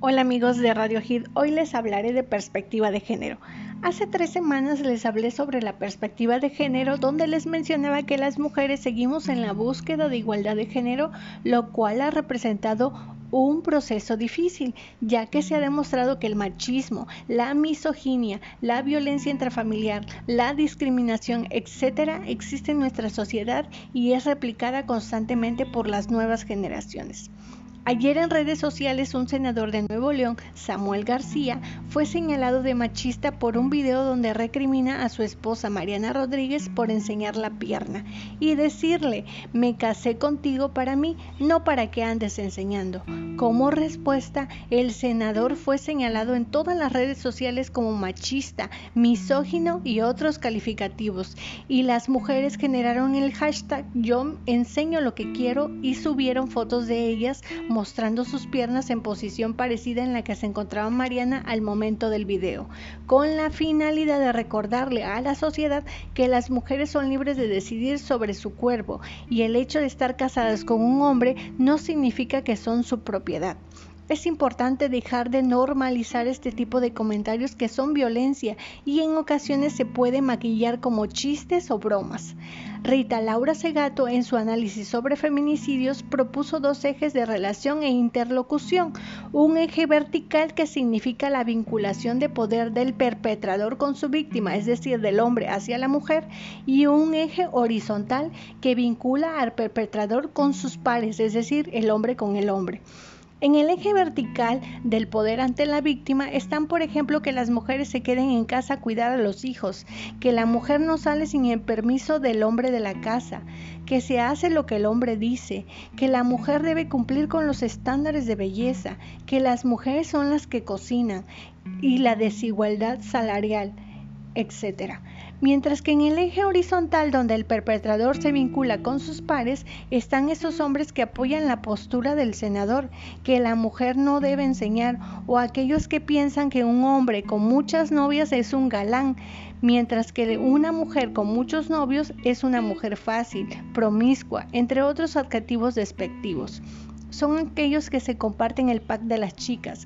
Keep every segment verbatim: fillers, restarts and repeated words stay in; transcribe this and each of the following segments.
Hola amigos de Radio Hit, hoy les hablaré de perspectiva de género. Hace tres semanas les hablé sobre la perspectiva de género, donde les mencionaba que las mujeres seguimos en la búsqueda de igualdad de género, lo cual ha representado un proceso difícil, ya que se ha demostrado que el machismo, la misoginia, la violencia intrafamiliar, la discriminación, etcétera, existe en nuestra sociedad y es replicada constantemente por las nuevas generaciones. Ayer en redes sociales un senador de Nuevo León, Samuel García, fue señalado de machista por un video donde recrimina a su esposa Mariana Rodríguez por enseñar la pierna y decirle: me casé contigo para mí, no para que andes enseñando. Como respuesta, el senador fue señalado en todas las redes sociales como machista, misógino y otros calificativos, y las mujeres generaron el hashtag Yo enseño lo que quiero y subieron fotos de ellas mostrando sus piernas en posición parecida en la que se encontraba Mariana al momento del video, con la finalidad de recordarle a la sociedad que las mujeres son libres de decidir sobre su cuerpo y el hecho de estar casadas con un hombre no significa que son su propiedad. Es importante dejar de normalizar este tipo de comentarios que son violencia y en ocasiones se puede maquillar como chistes o bromas. Rita Laura Segato, en su análisis sobre feminicidios, propuso dos ejes de relación e interlocución: un eje vertical que significa la vinculación de poder del perpetrador con su víctima, es decir, del hombre hacia la mujer, y un eje horizontal que vincula al perpetrador con sus pares, es decir, el hombre con el hombre. En el eje vertical del poder ante la víctima están, por ejemplo, que las mujeres se queden en casa a cuidar a los hijos, que la mujer no sale sin el permiso del hombre de la casa, que se hace lo que el hombre dice, que la mujer debe cumplir con los estándares de belleza, que las mujeres son las que cocinan y la desigualdad salarial, etcétera. Mientras que en el eje horizontal, donde el perpetrador se vincula con sus pares, están esos hombres que apoyan la postura del senador, que la mujer no debe enseñar, o aquellos que piensan que un hombre con muchas novias es un galán, mientras que una mujer con muchos novios es una mujer fácil, promiscua, entre otros adjetivos despectivos. Son aquellos que se comparten el pack de las chicas,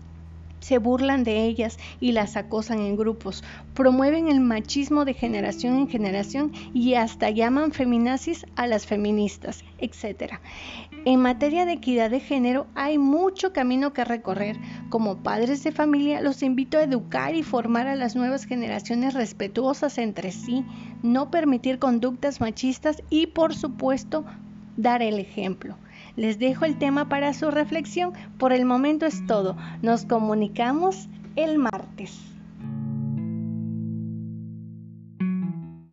se burlan de ellas y las acosan en grupos, promueven el machismo de generación en generación y hasta llaman feminazis a las feministas, etcétera. En materia de equidad de género hay mucho camino que recorrer. Como padres de familia, los invito a educar y formar a las nuevas generaciones respetuosas entre sí, no permitir conductas machistas y, por supuesto, dar el ejemplo. Les dejo el tema para su reflexión. Por el momento es todo. Nos comunicamos el martes.